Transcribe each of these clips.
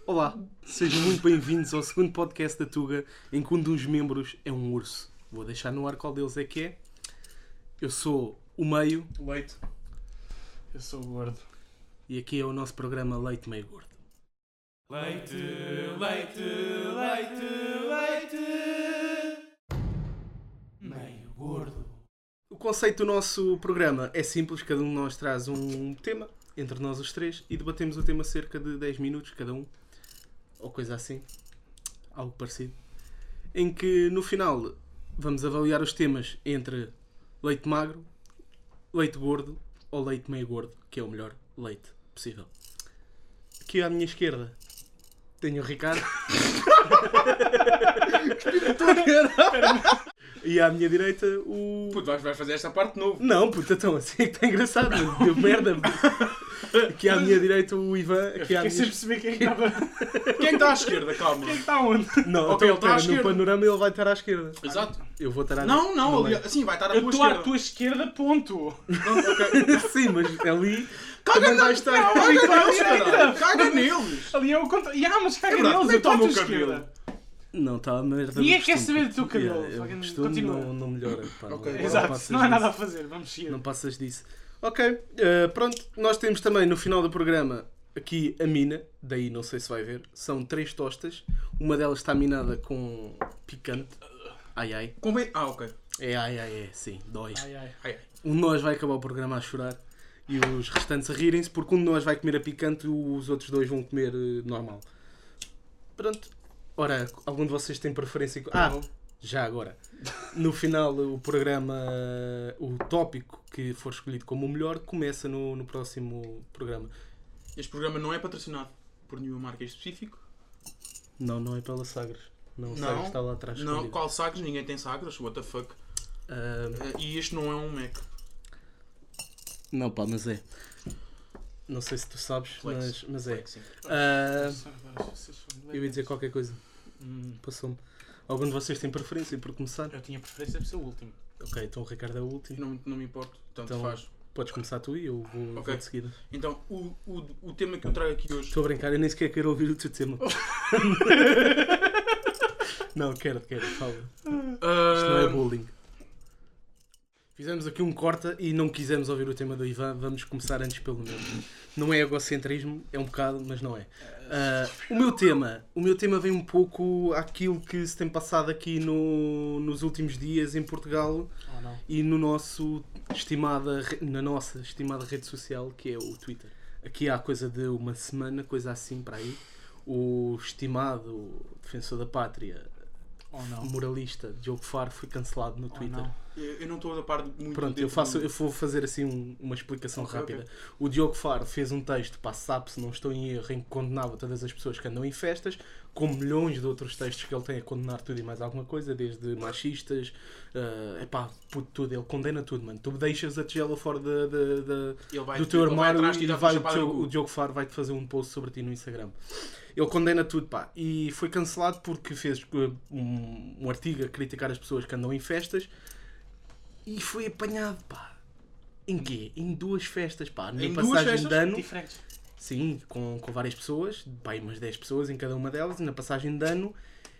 Olá, sejam muito bem-vindos ao segundo podcast da Tuga, em que um dos membros é um urso. Vou deixar no ar qual deles é que é. Eu sou o Meio. Leite. Eu sou o Gordo. E aqui é o nosso programa Leite Meio Gordo. Leite, leite, leite, leite. Meio Gordo. O conceito do nosso programa é simples, cada um de nós traz um tema, entre nós os três, e debatemos o tema cerca de 10 minutos cada um, ou coisa assim, algo parecido, em que no final vamos avaliar os temas entre leite magro, leite gordo ou leite meio gordo, que é o melhor leite possível. Aqui à minha esquerda tenho o Ricardo. E à minha direita o... Puto, vais fazer esta parte de novo. Não, puta, então assim é que está engraçado. Deu merda. Aqui à minha direita o Ivan. Aqui à minha... sem perceber quem estava. Quem é que está à esquerda? Calma. Quem está onde? Não, Ok, então, ele está à no esquerda. panorama ele vai estar à esquerda. Exato. Eu vou estar à Não, ali, meio. assim vai estar à Eu tua estou à esquerda. tua esquerda, ponto. Sim, mas ali Caga também vai neles, estar. caga neles, direita. caralho. Caga neles. Ali é o contra. Mas caga É verdade, neles, como é eu que estou à está o tua meu cabelo? esquerda. Não, está a merda. Ninguém do quer costume. saber do teu cabelo. Yeah, Fucking o costume continua. não melhora. Pá, Ok. não Exato, passas não há nada a disso. fazer, vamos seguir. Não passas disso. Ok, pronto. Nós temos também no final do programa aqui a mina. Daí não sei se vai ver. São 3 tostas. Uma delas está minada com picante. Ai ai. Convém... ok. É, sim, dói. Ai, ai. Ai, ai. Um de nós vai acabar o programa a chorar e os restantes a rirem-se, porque um de nós vai comer a picante e os outros dois vão comer normal. Pronto. Ora, algum de vocês tem preferência? Já agora. No final, o programa, o tópico que for escolhido como o melhor, começa no próximo programa. Este programa não é patrocinado por nenhuma marca em específico. Não é pela Sagres. Não, Não. Sagres está lá atrás. Não, escondido. qual Sagres? Ninguém tem Sagres. What the fuck. E este não é um Mac. Não, pá, mas é. Não sei se tu sabes, Flex. mas é. Flex, sim. Eu ia dizer qualquer coisa. Passou-me. Algum de vocês tem preferência por começar? Eu tinha preferência por ser o último. Ok, então o Ricardo é o último. Não me importo. Tanto Então, faz. podes começar tu e eu vou Ok. de seguida. Então, o tema que eu trago aqui hoje... Estou a brincar, eu nem sequer quero ouvir o teu tema. Não, quero, fala. Isto não é bullying. Fizemos aqui um corta e não quisemos ouvir o tema do Ivan. Vamos começar antes pelo meu. Não é egocentrismo, é um bocado, mas não é. O meu tema vem um pouco àquilo que se tem passado aqui nos últimos dias em Portugal Oh não. e na nossa estimada rede social, que é o Twitter. Aqui há coisa de uma semana, coisa assim para aí, o estimado defensor da pátria, Oh não. moralista Diogo Faro foi cancelado no Twitter. não. Eu não estou a par muito Pronto, dentro eu vou fazer assim uma explicação Ok, rápida. ok. O Diogo Faro fez um texto para a SAP, se não estou em erro, em que condenava todas as pessoas que andam em festas, como milhões de outros textos que ele tem a condenar tudo e mais alguma coisa, desde machistas, tudo, ele condena tudo, mano. Tu deixas a tigela fora Ele vai, do teu ele vai armário atrás de e dar vai, chapada no o cu. Diogo Faro vai-te fazer um post sobre ti no Instagram. Ele condena tudo, pá. E foi cancelado porque fez um artigo a criticar as pessoas que andam em festas e foi apanhado, pá. Em quê? Em 2 festas, pá. Na Em 2 passagem festas? de ano. Diferentes. Sim, com várias pessoas, pá, umas 10 pessoas em cada uma delas, e na passagem de ano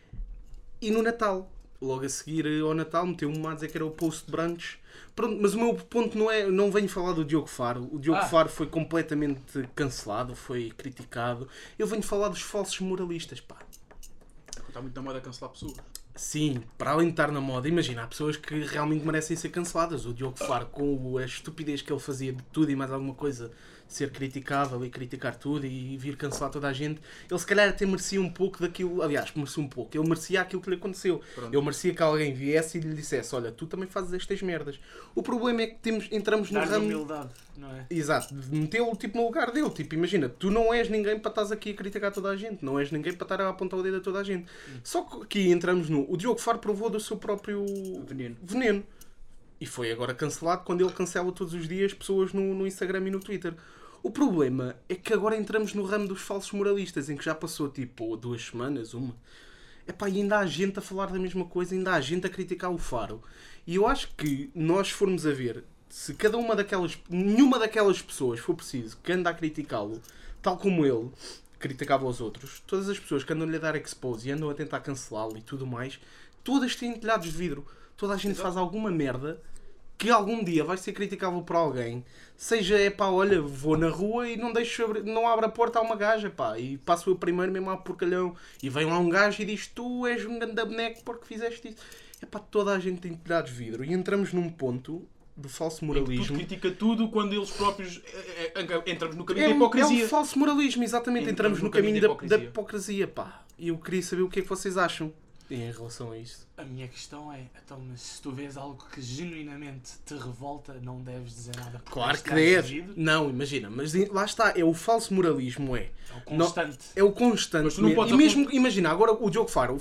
e no Natal. Logo a seguir ao Natal meteu-me a dizer que era o post de brunch. Pronto, mas o meu ponto não venho falar do Diogo Faro. O Diogo Faro foi completamente cancelado, foi criticado. Eu venho falar dos falsos moralistas, pá. Está muito na moda cancelar pessoas. Sim, para além de estar na moda, imagina, há pessoas que realmente merecem ser canceladas. O Diogo Faro, com a estupidez que ele fazia de tudo e mais alguma coisa, ser criticável e criticar tudo e vir cancelar toda a gente, ele se calhar até merecia um pouco daquilo, aliás, merecia um pouco, ele merecia aquilo que lhe aconteceu. Pronto. Ele merecia que alguém viesse e lhe dissesse, olha, tu também fazes estas merdas. O problema é que entramos no Dar ramo... humildade, não é? Exato, de metê-lo tipo, no lugar dele. Tipo, imagina, tu não és ninguém para estás aqui a criticar toda a gente, não és ninguém para estar a apontar o dedo a toda a gente. Só que aqui entramos no... O Diogo Faro provou do seu próprio veneno. E foi agora cancelado quando ele cancela todos os dias pessoas no Instagram e no Twitter. O problema é que agora entramos no ramo dos falsos moralistas, em que já passou tipo 2 semanas, uma. Epá, e ainda há gente a falar da mesma coisa, ainda há gente a criticar o Faro. E eu acho que nós formos a ver, se nenhuma daquelas pessoas for preciso que anda a criticá-lo, tal como ele, criticava os outros, todas as pessoas que andam-lhe a dar expose e andam a tentar cancelá-lo e tudo mais, todas têm telhados de vidro. Toda a gente faz alguma merda que algum dia vai ser criticável por alguém. Seja, olha, vou na rua e não abro a porta a uma gaja, pá, e passo eu primeiro mesmo a porcalhão. E vem lá um gajo e diz, tu és um ganda boneco porque fizeste isso. Toda a gente tem telhados de vidro. E entramos num ponto do falso moralismo. Tudo critica tudo quando eles próprios entramos no caminho da hipocrisia. É o falso moralismo, exatamente. Entramos no caminho da hipocrisia, pá. E eu queria saber o que é que vocês acham em relação a isto. A minha questão é, então, mas se tu vês algo que genuinamente te revolta, não deves dizer nada. Claro que deves. Não, imagina, mas lá está, é o falso moralismo, é. É o constante. É o constante. Mas tu não podes mesmo, imagina, agora o Diogo Faro,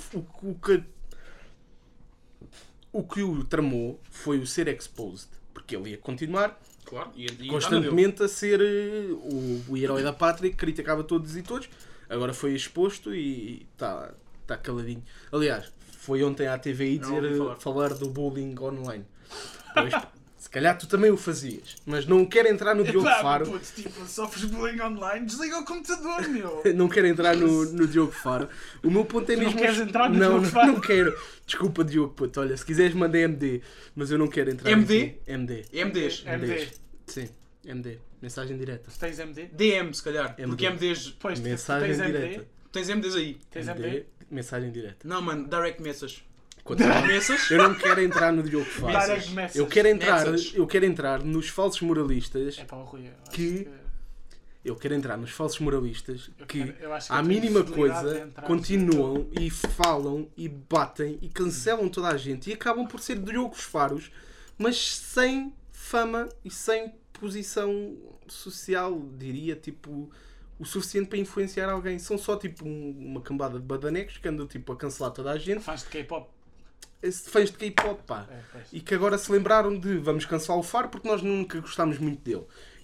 o que o tramou foi o ser exposed. Porque ele ia continuar, claro, e constantemente a ser o herói da pátria que criticava todos e todos. Agora foi exposto e está caladinho. Aliás, foi ontem à TVI falar do bullying online. Pois, se calhar tu também o fazias, mas não quero entrar no Diogo Faro. Putz, tipo, sofres bullying online, desliga o computador, meu! Não quero entrar no Diogo Faro. O meu ponto é tu mesmo... não queres entrar no Diogo Faro? Não quero. Desculpa, Diogo, puto. Olha, se quiseres mandar MD, mas eu não quero entrar MD? MD. MDs. Sim, MD. Mensagem direta. Tu tens MD? DM, se calhar. MD. Porque MDs... Pois, mensagem tens direta. MD? Tens MDs aí. Tens MD? Mensagem direta. Não, mano. Direct message. Eu não quero entrar no Diogo Faro. Direct message. Eu quero entrar nos falsos moralistas. É pá, Rui, eu acho que... Eu quero entrar nos falsos moralistas que, acho que à mínima coisa, continuam e falam e batem e cancelam toda a gente e acabam por ser Diogos Faros, mas sem fama e sem posição social, diria, tipo, o suficiente para influenciar alguém. São só tipo uma cambada de badanecos que andam tipo a cancelar toda a gente. Fãs de K-pop. Fãs de K-pop, pá. E que agora se lembraram de vamos cancelar o Faro porque nós nunca gostámos muito dele.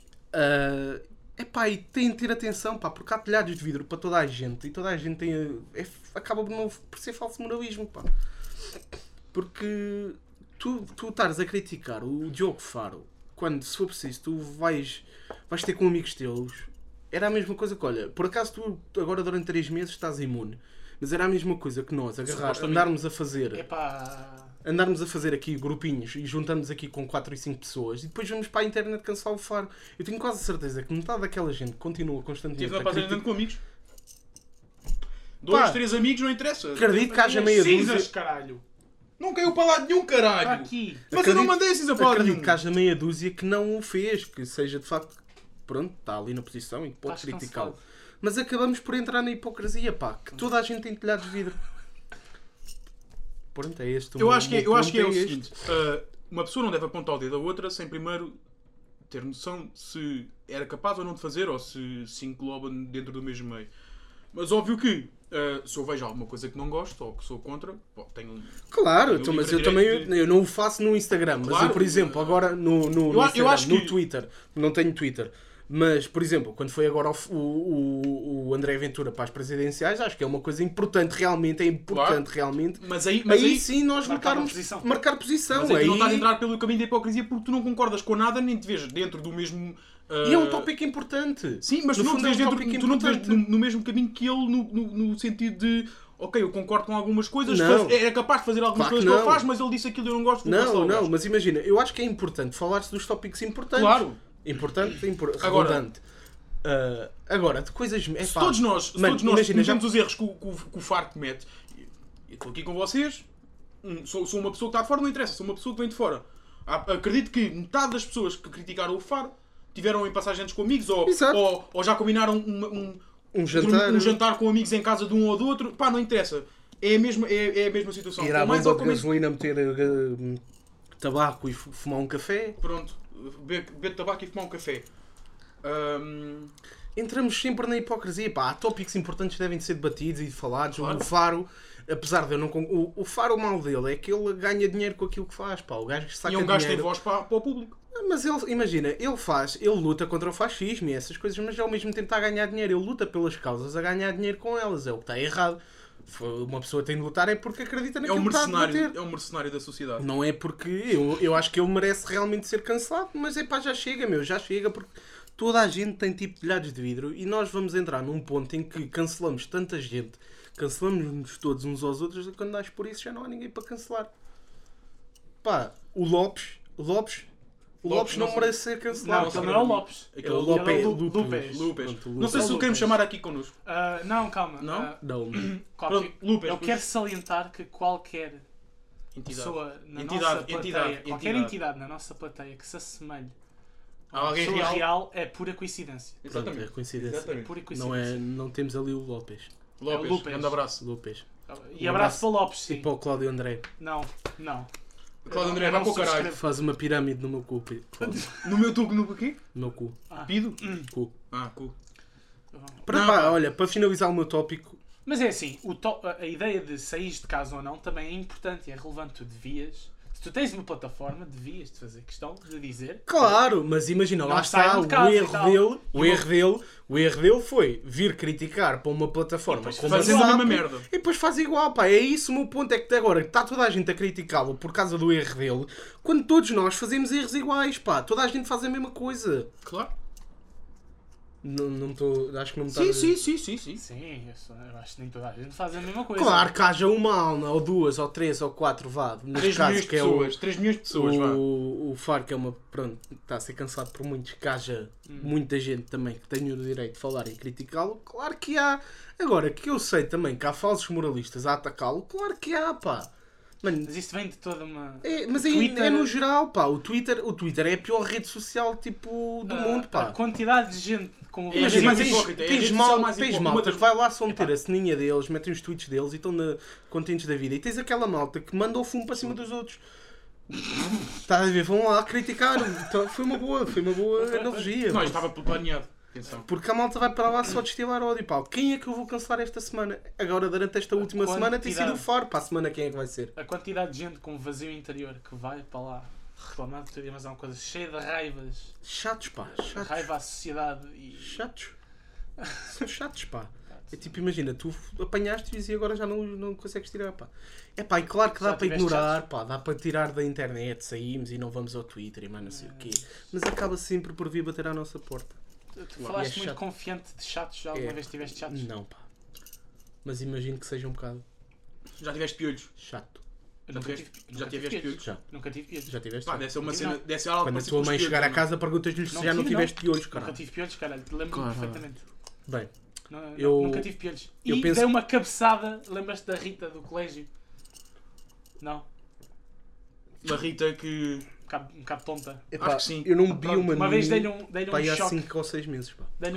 E têm de ter atenção, pá, porque há telhados de vidro para toda a gente e toda a gente acaba por ser falso moralismo, pá. Porque tu estares a criticar o Diogo Faro quando, se for preciso, tu vais ter com amigos teus. Era a mesma coisa que, olha, por acaso tu agora durante 3 meses estás imune, mas era a mesma coisa que nós andarmos a fazer aqui grupinhos e juntamos aqui com 4 e 5 pessoas e depois vamos para a internet cancelar o Faro. Eu tenho quase certeza que metade daquela gente continua constantemente a criticar com amigos. 2, 3 amigos, não interessa. Acredito que haja meia dúzia. Caralho. Não caiu para lado nenhum, caralho. Está aqui. Mas eu não mandei a cinza para lado nenhum. Acredito que haja meia dúzia que não o fez, que seja de facto, pronto, está ali na posição e que pode criticá-lo. Mas acabamos por entrar na hipocrisia, pá, que toda a gente tem telhados de vidro. Pronto, é este eu acho que é o seguinte, uma pessoa não deve apontar o dedo a outra sem primeiro ter noção se era capaz ou não de fazer ou se engloba dentro do mesmo meio. Mas óbvio que se eu vejo alguma coisa que não gosto ou que sou contra, tenho claro, mas eu também eu não o faço no Instagram, claro, mas eu, por exemplo, agora no Twitter, não tenho Twitter. Mas, por exemplo, quando foi agora o André Ventura para as presidenciais, acho que é uma coisa importante realmente, claro. Realmente. Mas aí sim nós marcar posição. Mas aí tu não estás a entrar pelo caminho da hipocrisia porque tu não concordas com nada nem te vês dentro do mesmo... E é um tópico importante. Sim, mas tu não te vês no mesmo caminho que ele no sentido de... Ok, eu concordo com algumas coisas, é capaz de fazer algumas coisas que ele faz, mas ele disse aquilo e eu não gosto. Não, mas imagina, eu acho que é importante falar-se dos tópicos importantes. Claro. Redundante. Agora, de coisas... Se todos nós cometemos os erros que o Faro comete, eu estou aqui com vocês, sou uma pessoa que está de fora, não interessa, sou uma pessoa que vem de fora. Acredito que metade das pessoas que criticaram o Faro tiveram em passagens com amigos ou já combinaram um jantar com amigos em casa de um ou do outro. Pá, não interessa. É a mesma situação. Ir à bomba de gasolina, meter tabaco e fumar um café. Pronto. Beber tabaco e fumar um café. Entramos sempre na hipocrisia. Pá, há tópicos importantes que devem ser debatidos e falados. Claro. O Faro, apesar de eu não... O Faro, o mal dele é que ele ganha dinheiro com aquilo que faz. Pá, o gajo que saca dinheiro... E um gajo tem voz para o público. Mas ele, imagina, ele luta contra o fascismo e essas coisas, mas ao mesmo tempo está a ganhar dinheiro. Ele luta pelas causas a ganhar dinheiro com elas. É o que está errado. Uma pessoa tem de lutar é porque acredita naquilo que está a debater. É um mercenário da sociedade. Não é porque... Eu acho que ele merece realmente ser cancelado, mas já chega, porque toda a gente tem tipo telhados de vidro e nós vamos entrar num ponto em que cancelamos tanta gente, cancelamos-nos todos uns aos outros, e quando dás por isso já não há ninguém para cancelar. Pá, o Lopes não merece ser cancelado. Não, aquele não é o Lopes. É o Lopes. Lupes. Pronto, Não sei se o queremos chamar aqui connosco. Não, calma. Não? Não. Pronto, Lupes. Eu quero salientar que qualquer pessoa na nossa plateia, qualquer entidade na nossa plateia que se assemelhe a alguém pessoa real é pura coincidência. Pronto, Exatamente. é coincidência. Exatamente. Pura coincidência. Não temos ali o Lopes. Lopes, grande abraço. Lopes. E abraço para Lopes, sim. E para o Cláudio André. Não. Cláudio André, vai para o caralho. Faz uma pirâmide no meu cu. Cláudio. No meu tubo, no quê? No meu cu. Pido? Cu. Cu. Olha, para finalizar o meu tópico. Mas é assim, a ideia de sair de casa ou não também é importante e é relevante. Tu devias, se tu tens uma plataforma, devias de fazer questão de dizer. Claro, mas imagina, lá está o erro dele foi vir criticar para uma plataforma como fazendo a mesma merda. E depois faz igual, pá. É isso o meu ponto, é que agora está toda a gente a criticá-lo por causa do erro dele, quando todos nós fazemos erros iguais, pá. Toda a gente faz a mesma coisa. Claro. Não estou. Acho que não me está Sim. Sim, eu acho que nem toda a gente faz a mesma coisa. Claro que haja uma alma, ou duas, ou três, ou quatro, vá. 3 milhões de pessoas. 3 milhões de pessoas, vá. O Faro, que é uma. Pronto, está a ser cancelado por muitos, que haja muita gente também que tenha o direito de falar e criticá-lo. Claro que há. Agora, que eu sei também que há falsos moralistas a atacá-lo, claro que há, pá. Mano, mas isto vem de toda uma. Mas é no geral, pá. O Twitter é a pior rede social tipo do mundo, pá. A quantidade de gente com. Mais hipócrita. Tens malta que vai lá só meter a ceninha deles, metem os tweets deles e estão contentes da vida. E tens aquela malta que manda o fumo para cima dos outros. Estás a ver? Vão lá criticar. Então, foi uma boa analogia. Não, estava planeado. Atenção. Porque a malta vai para lá só destilar ódio, pá. Quem é que eu vou cancelar esta semana? Agora, durante esta última semana, tem sido o Faro. Para a semana, quem é que vai ser? A quantidade de gente com vazio interior que vai para lá reclamar de tudo, mas é uma coisa cheia de raivas. Chatos, pá. Chatos. Raiva à sociedade e... Chatos. São chatos, pá. É tipo, imagina, tu apanhaste-os e agora já não consegues tirar, pá. É pá, e claro que dá para ignorar, pá. Dá para tirar da internet, saímos e não vamos ao Twitter e mais não sei o quê. Mas acaba sempre por vir bater à nossa porta. Tu falaste muito confiante de chatos, já alguma vez tiveste chatos? Não, pá. Mas imagino que seja um bocado já tiveste piolhos? chato. Já tiveste piolhos? Já. Nunca tive piolhos. Já tiveste? Pá, deve ser uma cena. Deve ser algo quando a tua mãe chegar a casa, perguntas-lhe se já não tiveste piolhos, caralho. Nunca tive piolhos, caralho. Lembro-me perfeitamente. Bem, nunca tive piolhos. E dei uma cabeçada, lembras-te da Rita do colégio? Não? Uma Rita que... Um bocado tonta. Epá, acho que sim. Eu não bebi uma vez dei-lhe um há choque. 5 ou 6 meses, pá. Dei-lhe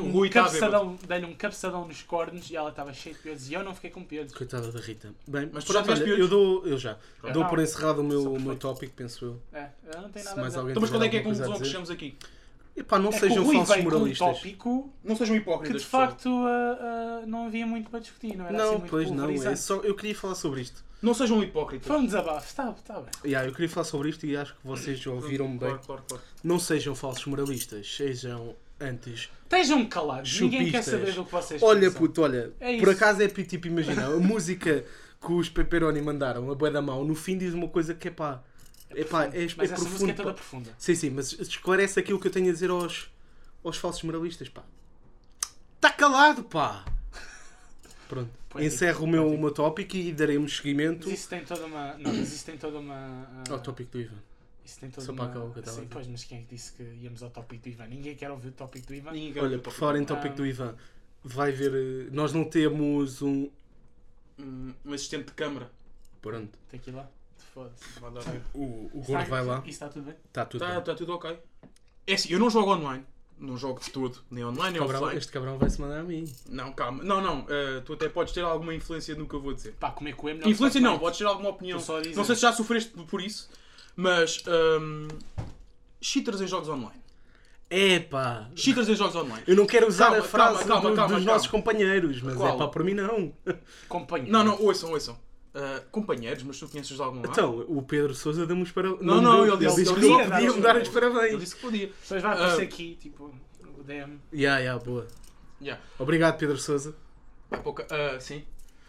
um cabeçadão nos cornos e ela estava cheia de piolhos e eu não fiquei com piolhos. Coitada da Rita. Bem, mas tu já tiveste piolhos? Eu já. Dou por encerrado o meu tópico, penso eu. Eu não tenho nada a dizer. Então, mas qual é que é a conclusão que chegamos aqui? Epá, não sejam falsos moralistas. Tópico não sejam hipócritas. Que de facto não havia muito para discutir, não era assim muito pois não. pulverizante. Eu queria falar sobre isto. Não sejam hipócritas. Foi um desabafo, está bem. Eu queria falar sobre isto e acho que vocês ouviram-me bem. Claro. Não sejam falsos moralistas, sejam antes. Estejam calados, chupistas. Ninguém quer saber do que vocês Olha, pensam. puto, olha, por acaso é tipo, imagina, a música que os Pepperoni mandaram, a bué da mão, no fim diz uma coisa que é pá. Mas essa profundo, música é toda profunda. Sim, mas esclarece aquilo que eu tenho a dizer aos falsos moralistas, pá. Está calado, pá! Pronto, encerro o meu tópico e daremos seguimento. Mas isso tem toda uma... Ao tópico do Ivan. Isso tem toda só uma... para acabar o que eu estava a dizer. Pois, mas quem é que disse que íamos ao tópico do Ivan? Ninguém quer ouvir o tópico do Ivan. Olha, por falar em tópico do Ivan, vai ver... Nós não temos um assistente de câmara. Pronto. Tem que ir lá. Foda-se. O gordo vai lá. Isso está tudo bem? Está tudo bem. Está tudo ok. É assim, eu não jogo online. Não jogo de tudo, nem online nem offline. Este cabrão vai-se mandar a mim. Não, calma. Não. Tu até podes ter alguma influência no que eu vou dizer. Pá, comer com ele... Influência não, podes ter alguma opinião. Não sei se já sofreste por isso, mas... cheaters em jogos online. Epá! Cheaters em jogos online. Eu não quero usar a frase dos nossos companheiros, mas Qual? é pá, por mim não. Companheiros. Não, ouçam. Companheiros, mas tu conheces de algum lado? Então, o Pedro Sousa deu-me os parabéns. Ele disse que podia-me dar os parabéns. Ele disse que podia. Depois vai aparecer aqui, tipo, o DM. Boa. Yeah. Obrigado, Pedro Sousa. Sim.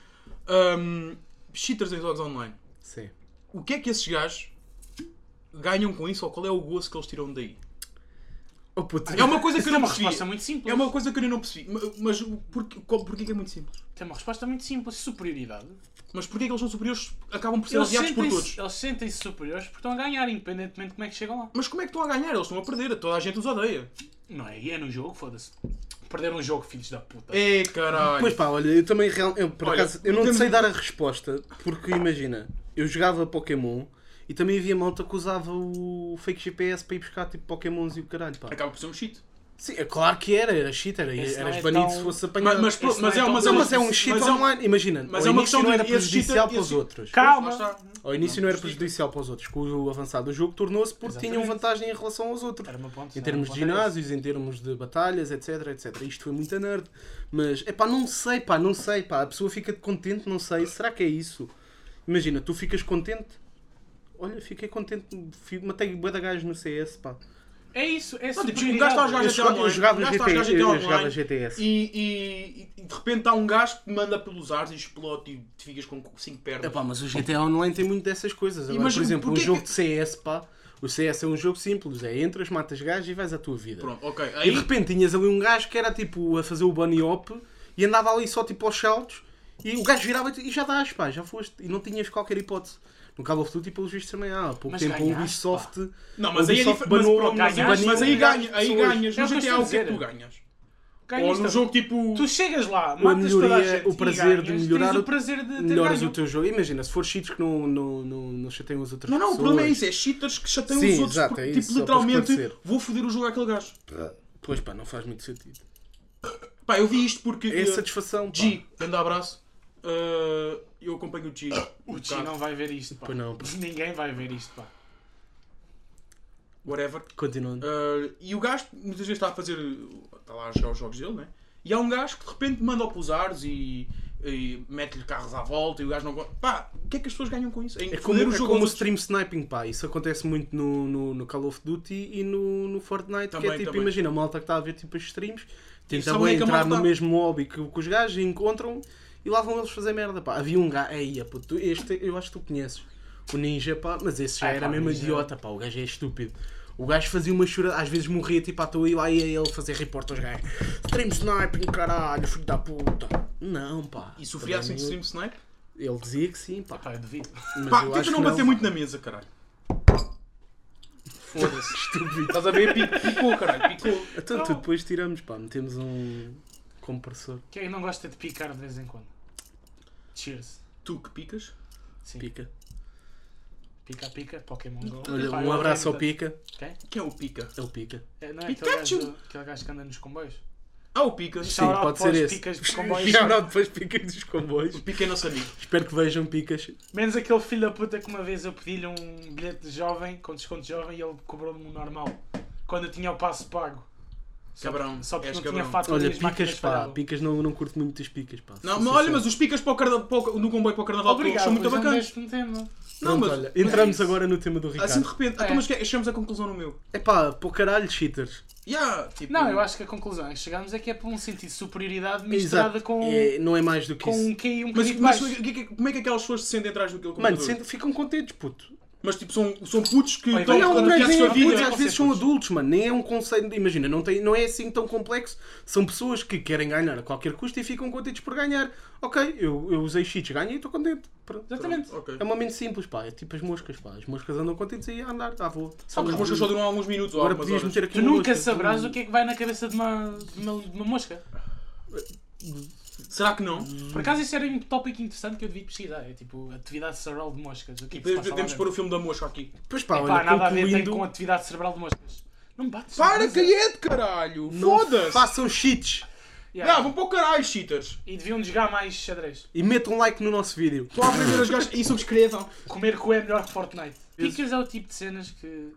Cheaters em jogos online. Sim. O que é que esses gajos ganham com isso ou qual é o gosto que eles tiram daí? Oh, puto. É uma coisa que eu não uma percebi. resposta muito simples. É uma coisa que eu não percebi. Mas porquê que é muito simples? Tem uma resposta muito simples. Superioridade. Mas porquê que eles são superiores? Acabam por ser odiados por todos. Eles sentem-se superiores porque estão a ganhar, independentemente de como é que chegam lá. Mas como é que estão a ganhar? Eles estão a perder. Toda a gente os odeia. Não é? E é no jogo, foda-se. Perder um jogo, filhos da puta. É, caralho. Pois pá, olha, eu também por Olha, acaso, eu não temos- sei dar a resposta, porque imagina, eu jogava Pokémon e também havia malta que usava o fake GPS para ir buscar tipo Pokémons e o caralho, pá. Acaba por ser um cheat. Sim, é claro que era cheat, Esse não eras é banido tão- se fosse apanhado. Mas é um cheat online, imagina, mas ao é uma início questão não de era esse prejudicial cheater- para os esse- outros. Calma! Lá está. Ao início não era justifica. prejudicial para os outros, com o avançado do jogo tornou-se porque tinham Exatamente. vantagem em relação aos outros. Era uma ponte, Em não, termos uma de ponta era ginásios, em termos de batalhas, etc. Isto foi muito a nerd. Mas, é pá, não sei, pá. A pessoa fica contente, não sei. Será que é isso? Imagina, tu ficas contente? Olha, fiquei contente. Matei bué de gajos no CS, pá. É isso, é Não, tipo, superioridade. um gajo está a jogar GTA online. Eu jogava um gajo está a jogar GT, GTA eu jogava online GTS. E de repente há um gajo que manda pelos ares e explode e te ficas com 5 pernas. É pá, mas o GTA Online tem muito dessas coisas. Agora, Mas por exemplo, um porquê jogo que- de CS, pá. O CS é um jogo simples. É entras, matas gajos e vais à tua vida. Pronto, ok. E Aí, de repente tinhas ali um gajo que era tipo a fazer o bunny hop e andava ali só tipo aos saltos e o gajo virava e já dás, pá, já foste. E não tinhas qualquer hipótese. No Call of Duty, pelos vistos, também há. Há pouco Mas tempo a ganhaste, Ubisoft. não, mas a aí é Ubisoft diferente. Mas, banou- pronto, mas ganhaste, aí pessoas. ganhas. É No o que eu GTA estou o que é a que dizer. tu ganhas? Ganhas Ou no também. jogo tipo. Tu chegas lá, A matas toda a melhoria, gente o prazer e de ganhas, melhorar tens o prazer de ter melhoras ganho. o teu jogo. Imagina, se for cheats que não chateiam as outras Não, pessoas. o problema é isso. É cheaters que chateiam Sim, os outros. exato, Porque, é isso, tipo, só para literalmente, esclarecer. vou foder o jogo àquele gajo. Pois pá, não faz muito sentido. Pá, eu vi isto porque. É satisfação, pá. G, grande abraço. Eu acompanho o G. O Chi não vai ver isto, pá. Pois não, pá. Ninguém vai ver isto, pá. Whatever. Continuando. E o gajo muitas vezes está a fazer. Está lá a jogar os jogos dele, né? E há um gajo que de repente manda-o para os ares e mete-lhe carros à volta e o gajo não. Pá, o que é que as pessoas ganham com isso? Em É como, foder o é jogo como o aos outros. stream sniping, pá. Isso acontece muito no Call of Duty e no Fortnite. Também, que é tipo, também. imagina, a malta que está a ver tipo as streams, tenta sabe onde é que a entrar malta no está? mesmo hobby que os gajos e encontram e lá vão eles fazer merda, pá. Havia um gajo, aí, puto, este eu acho que tu conheces, o Ninja, pá, mas esse já Ah, era pá, mesmo Ninja. idiota, pá. O gajo é estúpido. O gajo fazia uma chura, às vezes morria tipo à toa e lá ia ele fazer report aos gajos. Stream sniping, caralho, filho da puta. Não, pá. E sofria assim de Também stream snipe? Ele dizia que sim, pá. Pá, eu duvido. Mas Pá, eu tenta acho não que bater muito na mesa, caralho. Foda-se, estúpido. Estás a ver? Picou, caralho, picou. Então tu depois tiramos, pá, metemos um compressor. Quem é que não gosta de picar de vez em quando? Cheers. Tu que picas? Sim. Pica. Pica, Pokémon Go. Olha, Pá, um eu abraço ao odeio Pica. Quem? Quem é o pica? Ele pica. Não é Pikachu! aquele gajo que anda nos comboios? Ah, o pica. Sim, Shout out pode para ser os esse. picas de comboios. Já não, depois picas dos comboios. O pica é nosso amigo. Espero que vejam picas. Menos aquele filho da puta que uma vez eu pedi-lhe um bilhete de jovem, com desconto de jovem, e ele cobrou-me um normal. Quando eu tinha o passo pago. Cabrão, Só porque és não tinha cabrão. fatura e Olha, as máquinas picas, pá. falhavam. Picas não curto muito das picas, pá. Não, Sou mas olha, sincero. mas os picas no comboio para o carnaval Obrigado, são muito pois bacanas. não tema. Não, Pronto, mas olha, entramos isso. agora no tema do Ricardo. assim de repente. É. Então, mas chegamos à conclusão no meu. É pá, para o caralho, cheaters. Tipo, Não, eu acho que a conclusão é que chegamos é que é por um sentido de superioridade misturada com, Não é mais do que com isso. um QI um Mas, bocadinho mas baixo. como é que aquelas pessoas se sentem atrás daquele Mano, computador? ficam contentes, puto. Mas tipo, são putos que Olha, estão não, Não, confiados nem com a é vida. putos, às Não vezes ser são putos. adultos, mano. Nem é um conceito. Imagina, não é assim tão complexo. São pessoas que querem ganhar a qualquer custo e ficam contentes por ganhar. Ok, eu usei cheats, ganhei e estou contente. Pronto. Exatamente. Ok. É uma mente simples, pá. É tipo as moscas, pá. As moscas andam contentes e a andar. Ah, vou. Só que as moscas só duram alguns minutos ou Agora algumas podias horas. meter aqui Tu uma nunca mosca. saberás o que é que vai na cabeça de uma mosca. Será que não? Por acaso isso era um tópico interessante que eu devia pesquisar. É tipo atividade cerebral de moscas. O que é que se passa lá Temos que pôr dentro? o filme da mosca aqui. Pois pá, Epá, olha, nada a ver tem concluindo, com atividade cerebral de moscas. Não me bates. Para, não, caiete, caralho! não Foda-se! façam cheats. Yeah. Não, vão para o caralho, cheaters! E deviam jogar mais xadrez. E metam um like no nosso vídeo. Estão a aprender as gajas e subscrevam. Comer cu é melhor que Fortnite. Pickers é o tipo de cenas que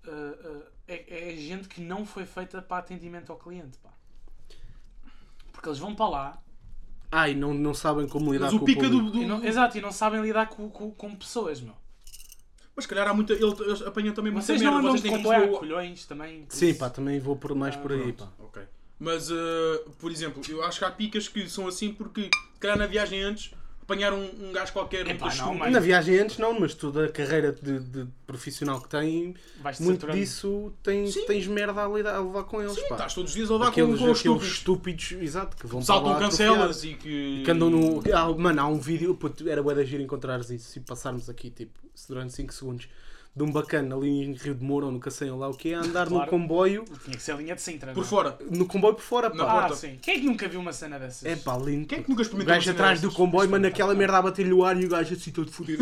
é gente que não foi feita para atendimento ao cliente, pá. Porque eles vão para lá Ai, não sabem como lidar Mas com o pica público. do... e não, exato, e não sabem lidar com pessoas, meu. Mas se calhar há muita... Eles apanham também muita Vocês merda. não andam Vocês de têm que comboio a perceber o- colhões também. por Sim, isso. pá, também vou por mais por aí, pá. Ok. Mas, por exemplo, eu acho que há picas que são assim porque, se calhar na viagem antes, apanhar um gajo qualquer no costume. Na viagem antes não, mas toda a carreira de profissional que tem, muito disso tens merda a levar com eles. Sim, pá. Estás todos os dias a levar aqueles com os estúpidos, exato, que vão saltam para lá cancelas e que andam no... Mano, há um vídeo, puto, era bué da giro encontrares isso e passarmos aqui, tipo, durante 5 segundos, de um bacana ali em Rio de Moura ou no Cacém ou lá o que é, andar no comboio. Tinha que ser a linha de Sintra. Por fora. No comboio por fora, pá. Sim. Quem é que nunca viu uma cena dessas? É pá, lindo. Quem é que nunca experimentou o gajo atrás do comboio, mano, aquela merda a bater-lhe o ar e o gajo assim todo fodido.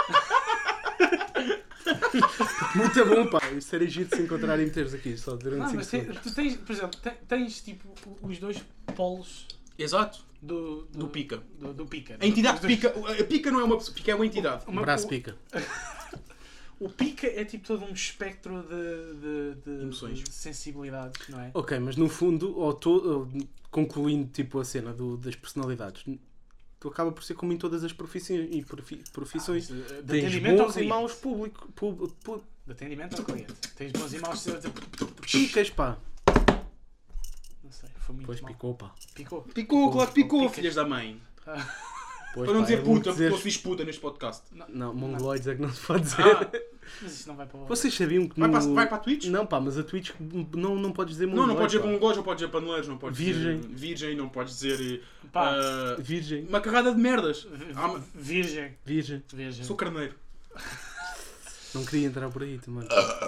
Muito bom, pá. Isso era giro de se encontrarem inteiros aqui, só durante 5 segundos. Tu tens, por exemplo, tens tipo os dois polos. Exato. Do pica. Do pica. A entidade pica. A pica não é uma pessoa, pica é uma entidade. Um braço pica. O pica é tipo todo um espectro de emoções, de sensibilidades, não é? Ok, mas no fundo, concluindo tipo a cena das personalidades, tu acaba por ser como em todas as profissões. Tens bons e maus públicos. De atendimento ao cliente. Tens bons e maus. Picas, pá. Não sei, foi muito Pois mal. picou, pá. Picou, claro que picou, filhas da mãe. Pois, para não pá, dizer puta, porque dizer... eu fiz puta neste podcast. Não, mongoloides é que não se pode dizer. Mas isso não vai para o... Vocês sabiam que vai para a Twitch? Não, pá, mas a Twitch não podes dizer mongoloides. Não podes dizer mongoloides, não podes dizer paneleiros, não podes virgem. dizer virgem, não podes dizer... virgem. Uma carrada de merdas. Virgem. Sou carneiro. Não queria entrar por aí também.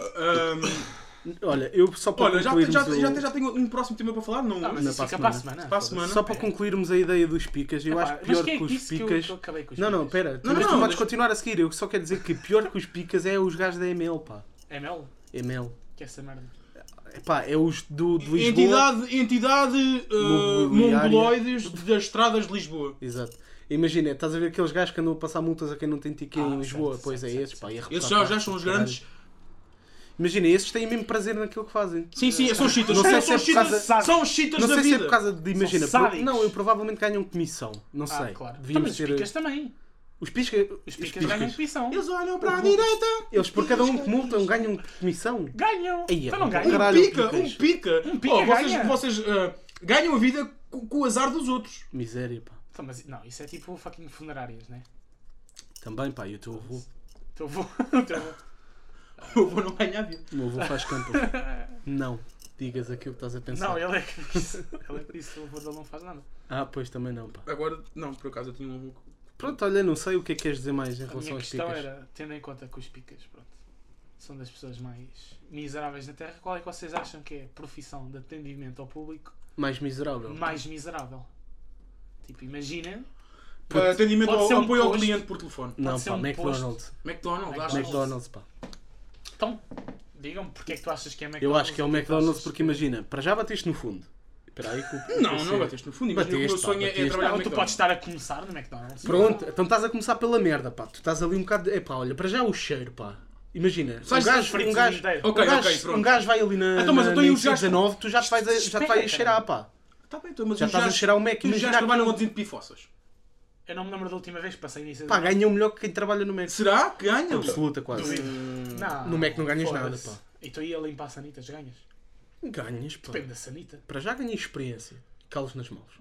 Olha, eu só para concluirmos... Já tenho um próximo tema para falar? Não, mas fica para a semana. Para a semana. Só para concluirmos a ideia dos picas, eu acho que pior que os picas... Não, pera. Mas tu podes continuar a seguir. Eu só quero dizer que pior que os picas é os gajos da ML, pá. ML? Que é essa merda? Pá, é os do Lisboa. Entidade mongoloides das estradas de Lisboa. Exato. Imagina, estás a ver aqueles gajos que andam a passar multas a quem não tem ticket em Lisboa? Pois é, esses, pá. Esses já são os grandes... Imagina, esses têm mesmo prazer naquilo que fazem. Sim, são cheaters. Não sei se é por causa... São cheaters da vida. Não sei se é por causa de... Imagina, não, eu provavelmente ganham comissão. Não sei. Claro. Devíamos ter... Os picas também. Os picas ganham comissão. Eles olham para a direita. Eles por cada um que multam ganham comissão. Ganham. Então não ganham. Um pica. Vocês ganham a vida com o azar dos outros. Miséria, pá. Então, mas, não, isso é tipo fucking funerárias, não é? Também, pá. E o teu avô? O meu avô não ganha a vida. O meu avô faz campo. Não. Digas aquilo que estás a pensar. Não, ele é que disse. O avô dele não faz nada. Pois também não, pá. Agora, não, por acaso eu tinha um avô. Pronto, olha, não sei o que é que queres dizer mais em relação aos picas. A minha questão era, tendo em conta que os picas, pronto, são das pessoas mais miseráveis na Terra, qual é que vocês acham que é a profissão de atendimento ao público mais miserável? Mais miserável. Tipo, imagina... Atendimento ao apoio ao cliente por telefone. Não, pá, McDonald's. McDonald's, pá. Então, digam-me porque é que tu achas que é McDonald's. Eu acho que é o McDonald's porque imagina, para já bateste no fundo. Espera aí que não bateste no fundo. Imagina que o meu sonho é trabalhar no McDonald's. Tu podes estar a começar no McDonald's. Pronto, então estás a começar pela merda, pá. Tu estás ali um bocado... Epá, olha, para já o cheiro, pá. Imagina, um gajo vai ali na C19, tu já te vais a cheirar, pá. Tá bem, mas já estás a cheirar o Mac. Os gajos trabalham no de pifossas. Eu não me lembro da última vez que passei nisso. Pá, ganham melhor que quem trabalha no Mac. Será que ganham? Absoluta, quase. No Mac não ganhas nada, pá. E tu ia limpar sanitas, ganhas? Ganhas, pá. Depende da sanita. Para já ganhas experiência. Calos nas mãos.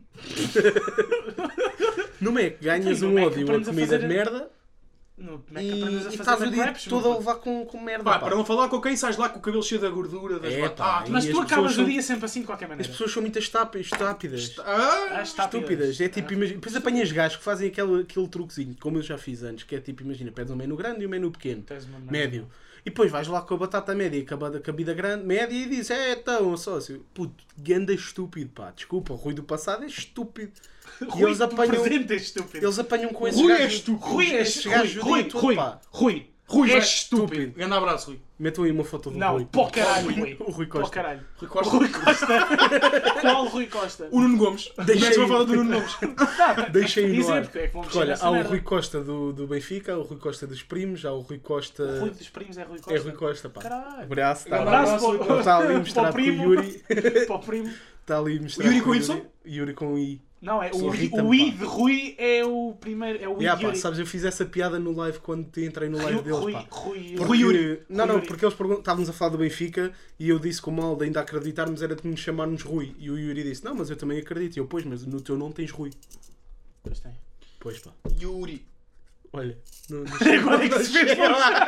No Mac ganhas um ódio a comida de merda. No Mac aprendes a fazer estás o dia todo a levar com merda. Pá, para não falar com quem sais lá com o cabelo cheio da gordura das batatas. Mas tu acabas o dia sempre assim de qualquer maneira. As pessoas são muito estúpidas. Estúpidas. É tipo, imagina, depois apanhas gajos que fazem aquele truquezinho, como eu já fiz antes, que é tipo, imagina, pedes um menu grande e um menu pequeno. Médio. E depois vais lá com a batata média e com a cabida grande, média e dizes, então, sócio, puto, ganda estúpido, pá, desculpa, o Rui do passado é estúpido. E eles apanham, eles apanham com esses gajos. Rui é estúpido. Rui é estúpido. Grande abraço, Rui. Metam aí uma foto do Rui. Não, para o caralho, Rui. O Rui Costa. Rui Costa. Qual Rui Costa? O Nuno Gomes. Deixa uma foto do Nuno Gomes. Deixa aí no ar. Porque olha, há o Rui Costa do Benfica, há o Rui Costa dos Primos, há o Rui Costa... O Rui dos Primos é Rui Costa? É Rui Costa, pá. Caralho. Abraço. Está ali misturado com o Yuri. Para o primo. Está ali misturado Yuri com Y? Yuri com I. Não, é o I de Rui é o primeiro. É o I de Yuri. Sabes, eu fiz essa piada no live quando entrei no live deles, pá. Rui Yuri. Não, porque eles estávamos a falar do Benfica e eu disse que o mal de ainda acreditarmos era de nos chamarmos Rui. E o Yuri disse, não, mas eu também acredito. E eu, pois, mas no teu não tens Rui. Pois tem. Pois pá. Yuri. Olha, Agora é que se fez.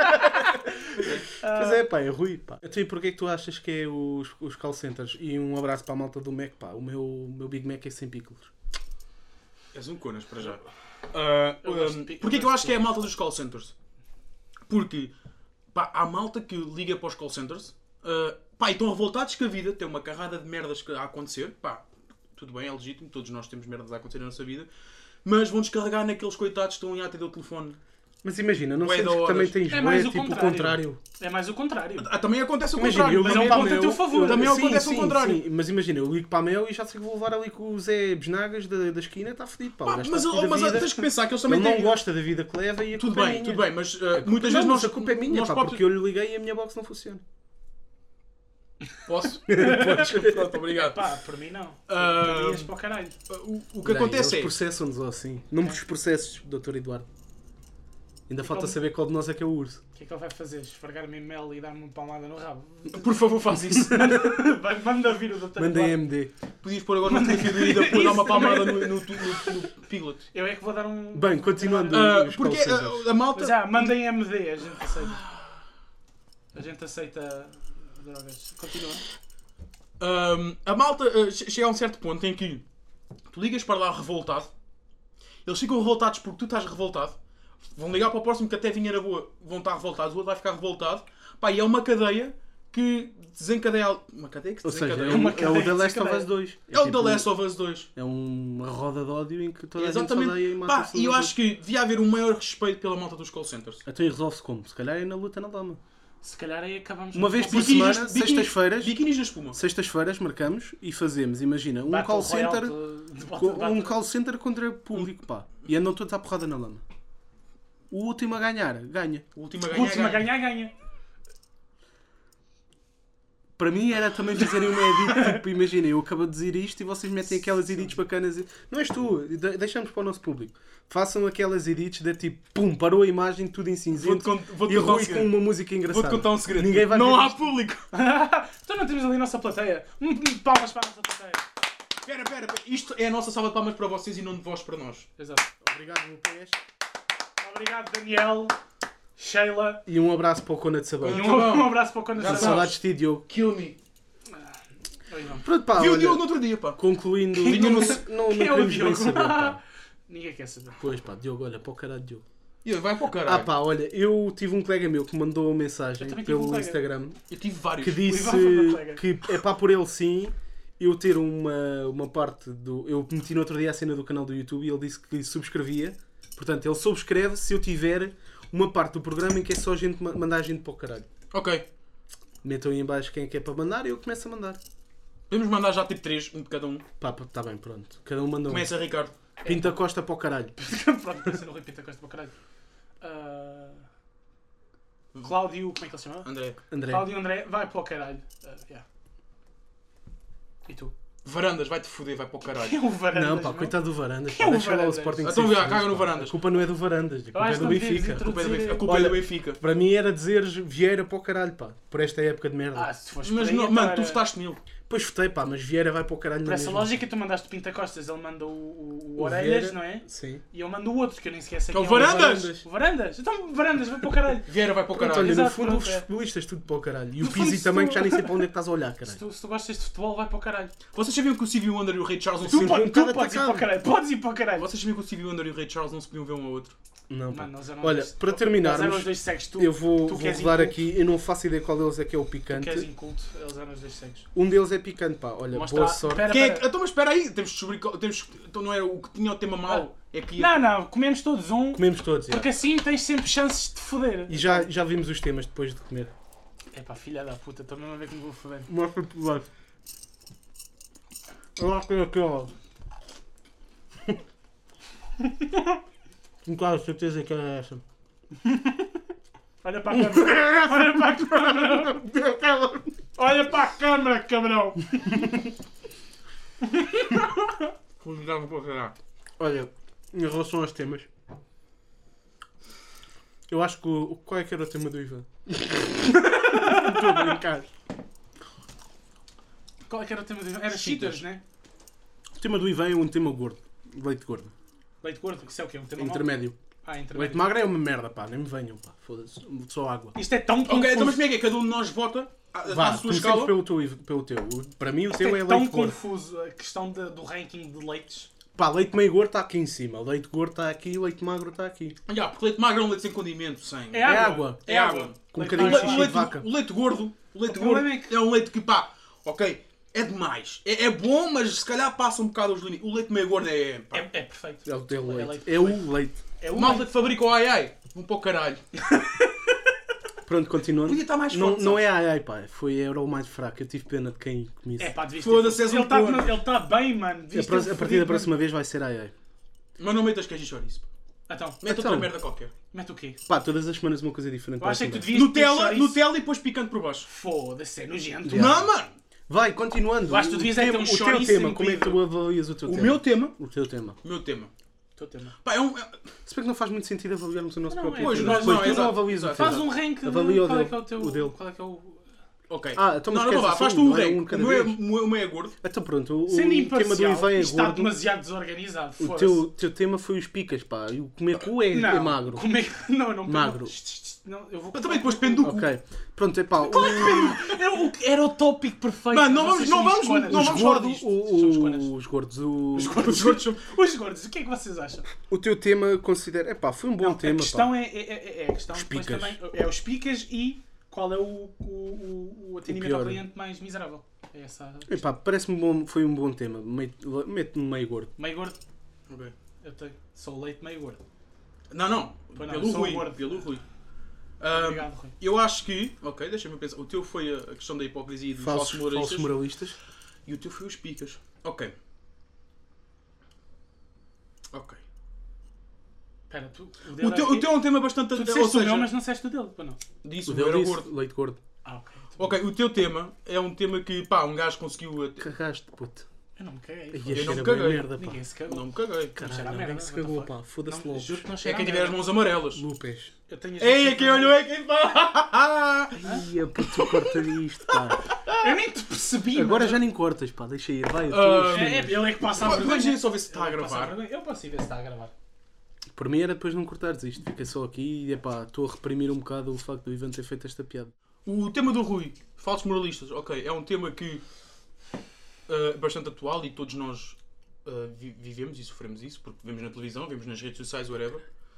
Pois é, pá, é Rui, pá. Então, e porquê é que tu achas que é os call centers? E um abraço para a malta do Mac, pá. O meu Big Mac é sem pickles. És um conas para já. Porquê que eu acho que é a malta dos call centers? Porque, pá, há malta que liga para os call centers, pá, e estão revoltados que a vida tem uma carrada de merdas a acontecer, pá, tudo bem, é legítimo, todos nós temos merdas a acontecer na nossa vida, mas vão descarregar naqueles coitados que estão a atender o telefone. Mas imagina, não Bué sei de que horas. também tens É mais tipo o o contrário. É mais o contrário. Também acontece o Imagina, contrário, eu mas é um ligo para ponto a a teu Mel, favor. Também sim, acontece o contrário. Sim, mas imagina, eu ligo para a Mel e já sei que vou levar ali com o Zé Besnagas da esquina, está fedido, pá. O gajo Mas está fedido da vida. tens que pensar que eles Ele também não têm... gosta da vida que leva e a Tudo culpa é bem, minha. tudo bem, mas muitas Não, vezes mas nós... a culpa é minha, nós pá, próprios- porque eu lhe liguei e a minha box não funciona. Posso? Podes. Pronto, obrigado. Pá, por mim não. Ah, Por mim és para o caralho. O que acontece Eles é... processam-nos assim. Não os processos, Dr. Eduardo. Ainda falta saber qual de nós é que é o urso. O que é que ele vai fazer? Esfregar-me em mel e dar-me uma palmada no rabo? Por favor, faz isso. Manda vir o doutor. Mandem MD. Podias pôr agora uma fotografia do Ida por dar uma palmada no Piglet. Eu é que vou dar um... Bem, continuando. os Porque call centers. a malta... Mas mandem MD, a gente aceita. A gente aceita drogas. Continua. A malta chega a um certo ponto em que tu ligas para lá revoltado, eles ficam revoltados porque tu estás revoltado, vão ligar para o próximo que até vinha na boa, vão estar revoltados, o outro vai ficar revoltado, pá, e é uma cadeia que desencadeia... Uma cadeia que se Ou seja, desencadeia. é uma o cadeia The Last de of Us 2. É o tipo, The Last of Us 2. É uma roda de ódio em que toda a gente se Exatamente. odeia e Pá, mata-se. e eu uns acho que devia haver um maior respeito pela malta dos call centers. Então e resolve-se como? Se calhar é na luta na lama. Se calhar aí acabamos... Uma vez por Biquinis- semana, biquinis- sextas-feiras, Biquinis na espuma. sextas-feiras marcamos e fazemos, imagina, um call center, um call center contra o público, pá. E andam todos à porrada na lama. O último a ganhar, ganha. O último a O ganhar, último a ganhar, ganha. Para mim era também fazerem uma edit, tipo, imagina, eu acabo de dizer isto e vocês metem aquelas edits bacanas. Não és tu, deixamos para o nosso público. Façam aquelas edits de tipo, pum, parou a imagem, tudo em cinzento Vou-te e contar um Rui com segredo. uma música engraçada. Vou-te contar um segredo. Ninguém vai não ver há isto. público. Então não temos ali a nossa plateia. Palmas para a nossa plateia. Espera. Isto é a nossa salva de palmas para vocês e não de vós para nós. Exato. Obrigado, meu PS. Obrigado, Daniel, Sheila. E um abraço para o Cona de Sabão. E um abraço para o Cona Já Com sabes. saudades de ti, Diogo. Kill me. Pronto, pá, Vi o olha, Diogo no outro dia, pá. concluindo, Vinha não, no- não Quem é o queremos bem Diogo? saber, pá. Ninguém quer saber. Pois pá, Diogo, olha, para o caralho, Diogo. E ele vai para o caralho. Ah pá, olha, eu tive um colega meu que mandou uma mensagem Eu também tive um pelo colega. Instagram Eu tive vários. que disse Ivan foi meu colega. que é pá por ele sim eu ter uma parte do... Eu meti no outro dia a cena do canal do YouTube e ele disse que subscrevia. Portanto, ele subscreve se eu tiver uma parte do programa em que é só a gente mandar a gente para o caralho. Ok. Metam aí em baixo quem é que é para mandar e eu começo a mandar. Podemos mandar já tipo 3, um de cada um. Pá, tá bem, pronto. Cada um manda um. Começa, Ricardo. Pinta Costa para o caralho. Pronto, pensa no Rui Pinta Costa para o caralho. Cláudio, como é que ele se chama? André. André. Cláudio André, vai para o caralho. Yeah. E tu? Varandas, vai-te foder, vai para o caralho. Quem é o Varandas? Não, pá, meu? coitado do Varandas. Quem Pá, é o deixa lá o Varandas? Sporting Então, ser já, feliz, caga no pá. Varandas. A culpa não é do Varandas, a culpa é acho do que não devias Benfica. introduzir- A culpa é Olha, do Benfica. Para mim era dizeres Vieira para o caralho, pá. Por esta época de merda. Ah, se fores Mas, por aí, não, então mano, era- tu votaste nele. Depois votei, pá, mas Vieira vai para o caralho Por na essa mesma. lógica, tu mandaste o Pinta Costas, ele manda o O Orelhas, Vieira, não é? Sim. E eu mando o outro, que eu nem sequer sei Que é o quem Varandas! O Varandas? Então, Varandas, vai para o caralho. Vieira vai para o Pronto, caralho. olha, no Exato, fundo pronto, os é. futebolistas tudo para o caralho. E No o fundo, Pizzi se também, tu- que já nem sei para onde é que estás a olhar, Se caralho. tu gostas de futebol, vai para o caralho. Vocês sabiam que o Stevie Wonder e o Ray Charles não se Tu, Sim, podiam... um tu bocado podes ir para o atacado. caralho. Podes ir para o caralho. Vocês sabiam que o Stevie Wonder e o Ray Charles não se podiam ver um ao outro? Não, pá. Mano, eles eram Olha, dois- para eles eram terminarmos, os dois cegos. Tu, eu vou tu que és rodar inculto. aqui. Eu não faço ideia qual deles é que é o Tu que és picante. inculto, eles eram os dois cegos. Um deles é picante, pá. Olha, Mostra- boa sorte. Pera, Quem é pera. que... Então, mas espera aí. Temos de descobrir... Então não era o que tinha o tema mau. É que ia... Não, comemos todos um, Comemos todos, já. porque assim tens sempre chances de foder. E já vimos os temas depois de comer. É pá, filha da puta, estou mesmo a ver como vou foder. Mostra por baixo. Eu acho que é aquela. Tenho quase certeza que era essa. Olha para a câmera. Olha para a câmera. Olha para a câmera, cabrão. Convidava para o caralho. Olha, em relação aos temas, eu acho que qual é que era o tema do Ivan? Estou a brincar. Qual é que era o tema do... Era Cheetos. cheaters, né? O tema do Ivan é um tema gordo. Leite gordo. Leite gordo? Isso é o quê? Um tema Intermédio. intermédio. Leite magro é uma merda, pá. Nem me venham, pá. Foda-se. Só água. Isto é tão confuso. Ok, então mas como é que é? Cada um de nós vota à sua escala. pelo teu. Para mim o Isto teu é é tão leite gordo. confuso a questão do ranking de leites. Pá, leite meio gordo está aqui em cima. Leite gordo está aqui, leite magro está aqui. Porque leite magro é um leite sem condimento, sem... É água. É água. Com um Leite bocadinho de magro. xixi de vaca. O leite gordo problema é que- é um leite que, pá, ok, é demais. É bom, mas se calhar passa um bocado os limites. O leite meio gordo é... pá. É perfeito. É o teu leite. leite É o leite. É O o malta leite. que fabrica o ai-ai. Vão para o caralho. Pronto, continuando. Podia estar mais Não, forte, não sabes? é ai, pá. Era o mais fraco. Eu tive pena de quem comisse. É pá, devias Foda-se, ter... és um Ele está porco. bem, mano. Devias ter A partir fodido, da próxima vez vai ser ai. Mas não metas queijo e chouriço. Então, Mete outra merda qualquer. mete o quê? Pá, todas as semanas uma coisa diferente. Eu acho vai que tu ser devias ter chouriço. Nutella e depois picante por baixo. Foda-se, é nojento. Yeah. Não, mano! Vai, continuando. Eu acho que tu devias é ter um O teu chouriço tema, como é que tu incrível. avalias o teu O tema? meu tema... O teu tema. O meu tema. Teu tema. Pá, Se bem que não faz muito sentido avaliarmos o nosso Não, próprio pois, tema. nós Pois não, tu exato. não avalias o teu. Faz um rank de Avalia o qual é dele. que é o teu... O dele. Qual é que é o... Ok. Ah, então mas não, esquece vá, faz assim, tu o não é rank. um O cada meu é- vez. o meu é gordo. Então pronto, o Sendo tema do imparcial, Ivan é está gordo. demasiado desorganizado. O Foda-se. teu tema foi os picas, pá. E o comer cu é Não, magro. Comer... Não. Magro. Não, eu vou... Mas também depois depende do cu. Ok. Pronto, é pá. Era o tópico perfeito. Mano, não Vocês vamos- são não os vamos conas. falar gordos, disto. São os conas. os gordos, Os gordos. Os gordos. O que é que vocês acham? o teu tema considera. É pá, foi um bom Não, tema. a questão pá. é a questão Os depois picas. também. É os picas e qual é o atendimento pior. ao cliente mais miserável. É essa. É pá, parece-me bom, foi um bom tema. Mete-me meio gordo. Meio gordo. Ok. Eu tenho. Sou leite meio gordo. Não. Pois não, Pelo sou Rui. gordo. Pelo Rui. Obrigado, Rui. Eu acho que... Ok, deixa-me pensar. O teu foi a questão da hipocrisia e dos falsos moralistas. moralistas. E o teu foi os picas. Ok. Espera, tu. O teu é um tema bastante... Tu disseste o meu, mas não disseste o dele. Pois não. Disse, O o meu dele era disse gordo. leite gordo. Ah, ok. Ok, o teu tema é um tema que, pá, um gajo conseguiu... Cagaste, puto. Eu não me caguei. Ai, foda-se. a não me cheira bem caguei. merda, pá. Ninguém se cagou. Não me caguei. Cheira a Caralho, merda, alguém se what the cagou, fuck? pá. Foda-se Não, logo. juro que não É cheira quem a tiver as merda. mãos amarelas. Lupes. Eu tenho as Ei, mãos quem amarelas. olhou é quem fala. Ia, puto, corta isto, pá. Eu nem te percebi. Agora mano. já nem cortas, pá. Deixa ir, vai. Ele é que passa a Vamos vergonha. ver só ver se está a Ele passa gravar. vergonha. Eu posso ir ver se está a gravar. Por mim era depois não cortares isto. Fica só aqui e, pá, estou a reprimir um bocado o facto do Ivan ter feito esta piada. O tema do Rui, falsos moralistas, ok, é um tema que é bastante atual e todos nós vivemos e sofremos isso, porque vemos na televisão, vemos nas redes sociais, whatever.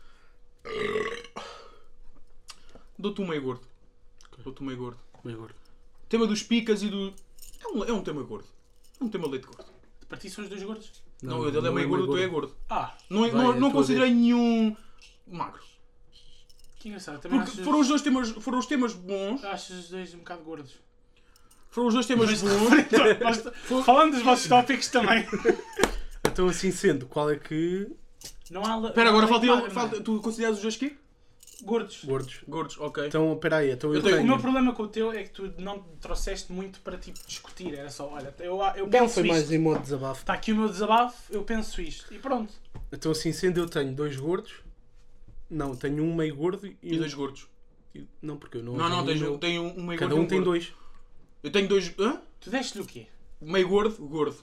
Dou-te um meio gordo. Dou-te um meio gordo. Meio gordo. Tema dos picas e do... É um tema gordo. É um tema leite gordo. Para ti são os dois gordos? Não, o dele é meio gordo, o teu é gordo. Ah, Não, Vai, não, eu não estou a considerei nenhum magro. que engraçado. Também Porque foram os temas bons. achas os dois um bocado gordos. Foram os dois temas bons. Falando dos vossos tópicos também. Então assim sendo, qual é que... Não há... Espera, agora falta magro, ele. não é? Tu consideras os dois quê? Gordos. Gordos. Gordos, ok. Então, espera aí. Então eu tenho- O tenho... meu problema com o teu é que tu não trouxeste muito para tipo discutir. Era só, olha, eu Não, penso foi mais isto. em modo desabafo. Está aqui o meu desabafo, eu penso isto. E pronto. Então assim sendo, eu tenho dois gordos. Não, tenho um meio gordo E dois gordos. Não, porque eu não... Não, tenho tem um meio Cada gordo e um tem gordo. dois. Eu tenho dois... Hã? Tu deste-lhe o quê? Meio gordo, gordo.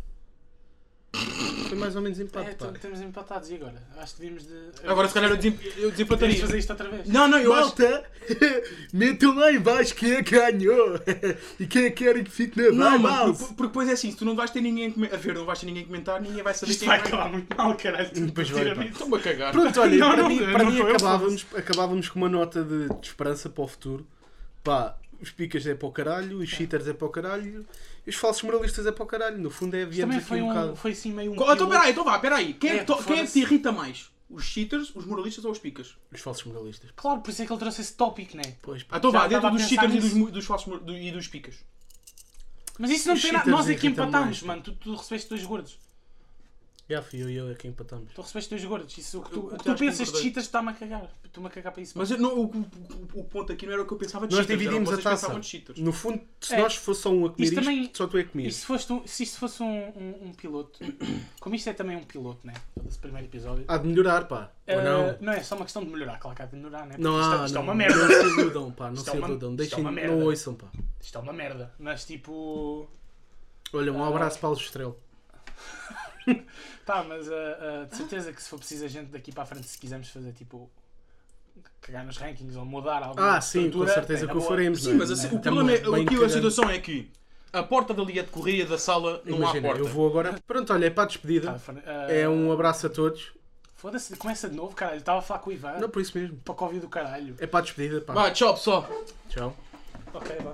Foi mais ou menos empate, pá. Estamos empatados e agora? Acho que devíamos de... Agora se calhar eu Podemos desempataria. fazer isto outra vez? Não, eu acho... Malta, metam lá em baixo quem é que ganhou e quem é que querem que fique na Não, vai, mano, mouse. porque depois é assim, se tu não vais ter ninguém a ver, não vais ter ninguém a comentar, ninguém vai saber Isto quem vai é. acabar muito mal, caralho. Depois vai, pá. Estou-me a cagar. Pronto, olha, Não, para não, mim, não para mim foi eu, acabávamos com uma nota de esperança para o futuro. Pá, os picas é para o caralho, os cheaters é para o caralho e os falsos moralistas é para o caralho. No fundo é Isto viemos também aqui foi um bocado. foi assim meio um... Então peraí. Quem é que foda-se. te irrita mais? Os cheaters, os moralistas ou os picas? Os falsos moralistas. Claro, por isso é que ele trouxe esse tópico, não é? Pois, pá. Então Já vá, dentro estava a dos pensar cheaters nisso. dos falsos e dos picas. Mas isso não Os tem nada. cheaters Nós é que irritam empatámos, mais. mano. Tu recebeste dois gordos. Já fui eu e eu é quem empatamos. Tu recebeste dois gordos. Isso, o que Eu tu acho que pensas de concordei. cheaters está-me a cagar. Estou-me a cagar para isso. Mas eu não, o ponto aqui não era o que eu pensava de Nós cheaters, dividimos era a o que vocês taça. pensavam de cheaters. No fundo, se É. nós fosse só um a comer Isto isto, também- só tu é que E comias. se isto fosse um piloto, como isto é também um piloto, né? Esse primeiro episódio. Há de melhorar, pá. Ou não? Não é só uma questão de melhorar, claro que há de melhorar, né? Não Porque há, isto é não, uma merda. Não se iludam, pá. Não Isto se é uma- iludam. isto é Deixem, uma merda. não ouçam, pá. Isto é uma merda. Mas tipo. Olha, um abraço para o Estrela. Pá, mas de certeza que se for preciso a gente daqui para a frente, se quisermos fazer tipo cagar nos rankings ou mudar alguma sim, com certeza que o faremos. Sim, mas o problema é aqui a situação é que a porta dali é de correia, da sala não há porta. Eu vou agora. Pronto, olha, é para a despedida. É um abraço a todos. Foda-se, começa de novo, caralho. Estava a falar com o Ivan. Não, por isso mesmo. Para o Covid do caralho. É para a despedida, pá. Vai, tchau pessoal. Tchau. Ok, vá.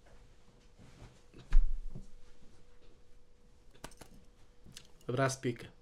Abraço, pica.